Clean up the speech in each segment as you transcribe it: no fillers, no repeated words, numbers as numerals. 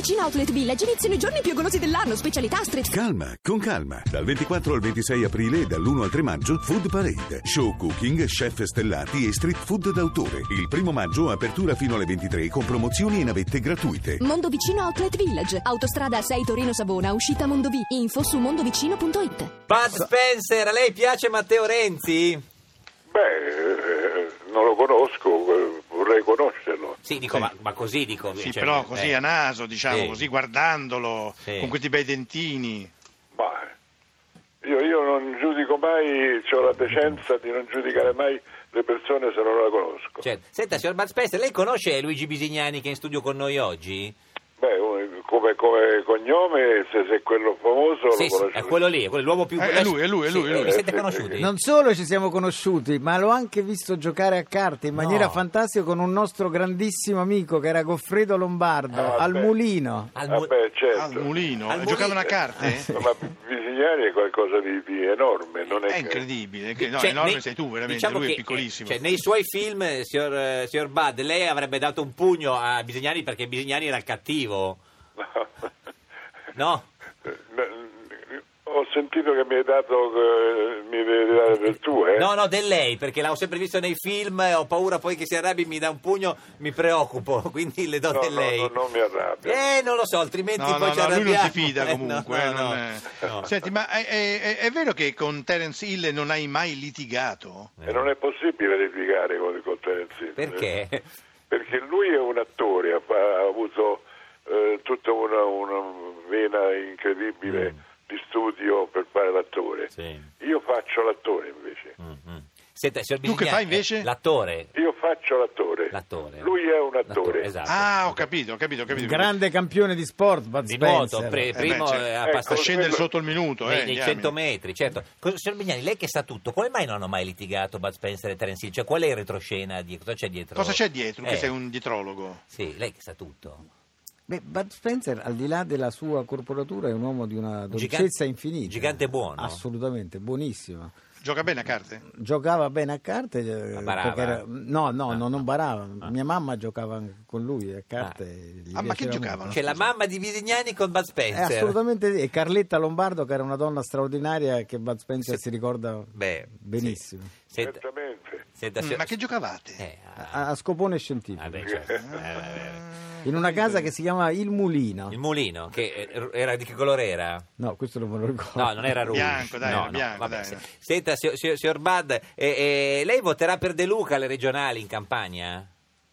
Vicino Outlet Village iniziano i giorni più golosi dell'anno, specialità street. Calma, con calma. Dal 24 al 26 aprile e dall'1 al 3 maggio, Food Parade. Show cooking, chef stellati e street food d'autore. Il 1 maggio, apertura fino alle 23 con promozioni e navette gratuite. Mondovicino Outlet Village. Autostrada 6 Torino Savona, uscita Mondovì. Info su mondovicino.it. Bud Spencer, a lei piace Matteo Renzi? Non lo conosco, vorrei conoscerlo. Sì, dico, Sì. ma così dico. Sì, cioè, però così a naso, diciamo, sì. così guardandolo, Sì. con questi bei dentini. Ma io non giudico mai, ho la decenza di non giudicare mai le persone se non la conosco. Certo. Senta, signor Bud Spencer, lei conosce Luigi Bisignani che è in studio con noi oggi? Come cognome, se è quello famoso, Sì, lo conosco. è quello lì, è l'uomo più... È lui. Vi siete conosciuti? Non solo ci siamo conosciuti, ma l'ho anche visto giocare a carte in maniera fantastica con un nostro grandissimo amico che era Goffredo Lombardo, al Mulino. Certo. Al mulino, Al giocavano a mulino. carte? Ma Bisignani è qualcosa di enorme, non è, È incredibile, no, Cioè, enorme sei tu, veramente, diciamo lui che, è piccolissimo. cioè, nei suoi film, signor Bud, lei avrebbe dato un pugno a Bisignani perché Bisignani era il cattivo. No? Ho sentito che mi hai dato, mi devi dare del tuo, No, del lei, perché l'ho sempre visto nei film, ho paura poi che si arrabbi, mi dà un pugno, mi preoccupo, quindi le do del lei. No, non mi arrabbio. Non lo so, altrimenti No, poi ci arrabbiamo. lui non si fida comunque. No. Senti, ma è vero che con Terence Hill non hai mai litigato? E non è possibile litigare con Terence Hill. Perché? Perché lui è un attore, ha avuto tutta una vena incredibile di studio per fare l'attore. Sì. Io faccio l'attore invece. Senta, signor Tu che Bisignani, fai invece? L'attore. Io faccio l'attore. Lui è un attore. Esatto. Ah, ho capito. Grande campione di sport, Bud Di Spencer. nuoto, primo certo. a passare A scendere sotto il minuto, nei diamine. 100 metri, certo. Signor Bisignani, lei che sa tutto, come mai non hanno mai litigato Bud Spencer e Terence Hill? Cioè, qual è il retroscena? Cosa c'è dietro? Cosa c'è dietro? Che sei un dietrologo. Sì, lei che sa tutto. Bud Spencer, al di là della sua corporatura, è un uomo di una dolcezza infinita. Gigante buono. Assolutamente, buonissimo. Gioca bene a carte? Giocava bene a carte. barava? Perché non barava. Mia mamma giocava con lui a carte. Gli ma che piaceva giocavano? molto. C'è la mamma di Bisignani con Bud Spencer. Assolutamente sì. E Carletta Lombardo, che era una donna straordinaria che Bud Spencer si ricorda benissimo. Senta, Certamente. Ma che giocavate? A scopone scientifico. Certo. In una casa che si chiama Il Mulino. Il mulino, che era di che colore era? No, questo non me lo ricordo. No, non era rouge. Bianco, dai, era bianco, vabbè, dai. Senta, signor Bud, lei voterà per De Luca alle regionali in Campania?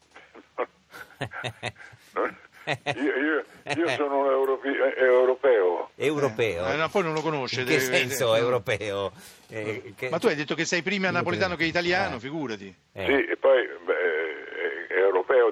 Io sono un europeo. Europeo? No, poi non lo conosce. In che senso europeo? Ma tu hai detto che sei prima napoletano che italiano, figurati. Sì, e poi è europeo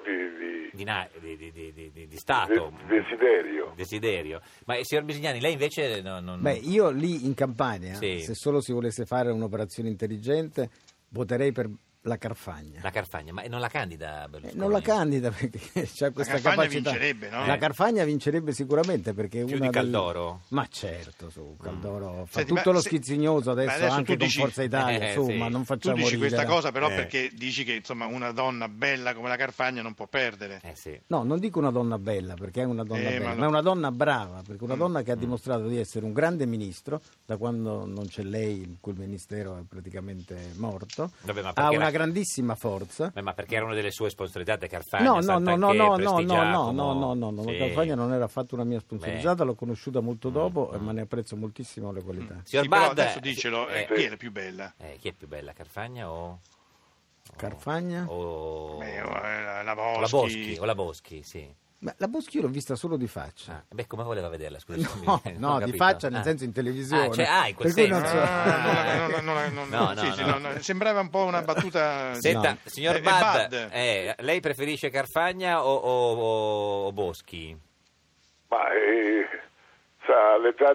Di Stato. Desiderio. Ma signor Bisignani, lei invece non... Beh, io lì in Campania, Sì. se solo si volesse fare un'operazione intelligente, voterei per la Carfagna. La Carfagna, ma non la candida Berlusconi? Non la candida perché c'ha questa Carfagna capacità. vincerebbe, no? La Carfagna vincerebbe sicuramente perché Più una di Caldoro? Ma certo, Caldoro fa Senti, tutto ma lo se- schizzignoso ma adesso anche tu con dici- Forza Italia, insomma, sì. non Tu facciamo dici ridere. questa cosa però perché dici che insomma una donna bella come la Carfagna non può perdere. Sì. No, non dico una donna bella perché è una donna bella, ma no. ma è una donna brava, perché una donna che ha dimostrato di essere un grande ministro, da quando non c'è lei, quel ministero è praticamente morto, Vabbè, ma ha perché una era- grandissima forza. Ma perché era una delle sue sponsorizzate Carfagna? No, Sant'Anché, Prestigiacomo. no, Sì. la Carfagna non era affatto una mia sponsorizzata, l'ho conosciuta molto dopo, ma ne apprezzo moltissimo le qualità. Signor Sì, però Bud, adesso dicelo, chi è la più bella? chi è più bella, Carfagna o... Carfagna? o... La o Boschi. la Boschi, sì. Ma la Boschi io l'ho vista solo di faccia. Come voleva vederla, scusa? No, non ho no, di capito. faccia nel senso in televisione. In quel Per cui non senso. so. No. Sembrava un po' una battuta. Senta, No. signor Bud, lei preferisce Carfagna o Boschi? Ma sa, all'età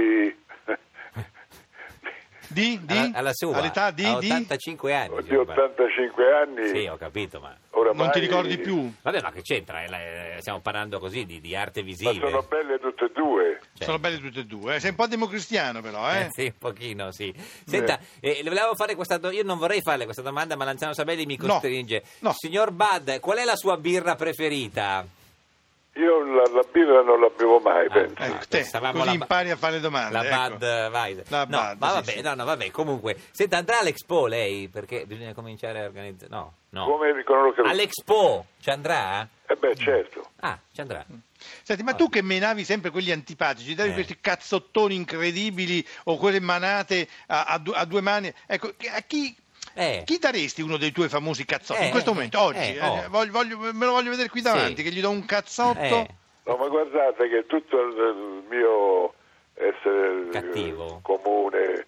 Alla sua, all'età di? a 85 anni. di signor Bud. 85 anni, Sì, ho capito, ma... oramai, Non ti ricordi più? Vabbè, ma che c'entra? Stiamo parlando così di arte Ma visiva. sono belle tutte e due. Sono belle tutte e due. Sei un po' democristiano però, Sì, un pochino, sì. Senta, le volevo fare io non vorrei farle questa domanda, ma Lanzano Sabelli mi costringe. No. Signor Bud, qual è la sua birra preferita? Io la birra non la bevo mai, penso. Te, stavamo così la- impari a fare le domande. La ecco. Budweiser. La No, Bud, ma sì, vabbè, sì. no, vabbè, comunque. Senta, andrà all'Expo lei? Perché bisogna cominciare a organizzare... No. Come non lo capisco. All'Expo ci andrà? Certo. Ah, ci andrà. Senti, ma tu che menavi sempre quelli antipatici, davi questi cazzottoni incredibili o quelle manate a due mani, ecco, a chi daresti uno dei tuoi famosi cazzotti in questo momento, oggi? Me lo voglio vedere qui davanti, che gli do un cazzotto. No, ma guardate che tutto il mio essere Cattivo. comune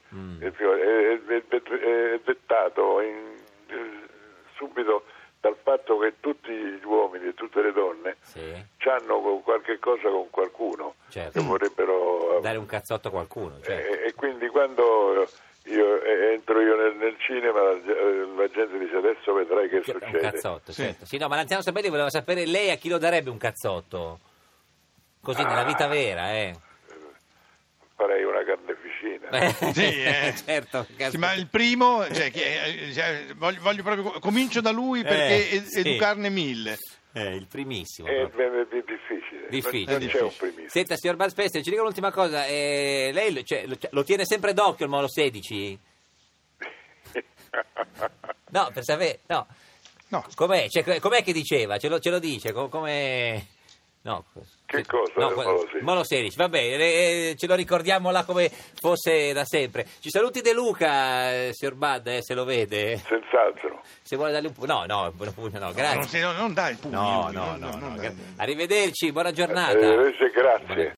è dettato subito dal fatto che tutti gli uomini e tutte le donne hanno qualche cosa con qualcuno, certo, che vorrebbero dare un cazzotto a qualcuno, certo. E quindi quando entro nel cinema la gente dice adesso vedrai che succede. Un cazzotto, certo. Sì, no, ma l'anziano Sabelli voleva sapere lei a chi lo darebbe un cazzotto? Così nella vita vera, Farei una carneficina. certo. Sì, ma il primo, voglio proprio, comincio da lui perché educarne 1000. Il primissimo. È difficile. Non c'è un primissimo. Senta, signor Bud Spencer, ci dica l'ultima cosa. Lei lo tiene sempre d'occhio il Molo 16? No, per sapere... No. Com'è? Com'è che diceva? Ce lo dice? Come... No. Che cosa? No, Molo 16, va bene, ce lo ricordiamo là come fosse da sempre. Ci saluti De Luca, signor Bud, se lo vede. Senz'altro. Se vuole dargli un pugno. No, grazie. Non dai il pugno. No. Arrivederci, buona giornata. Grazie.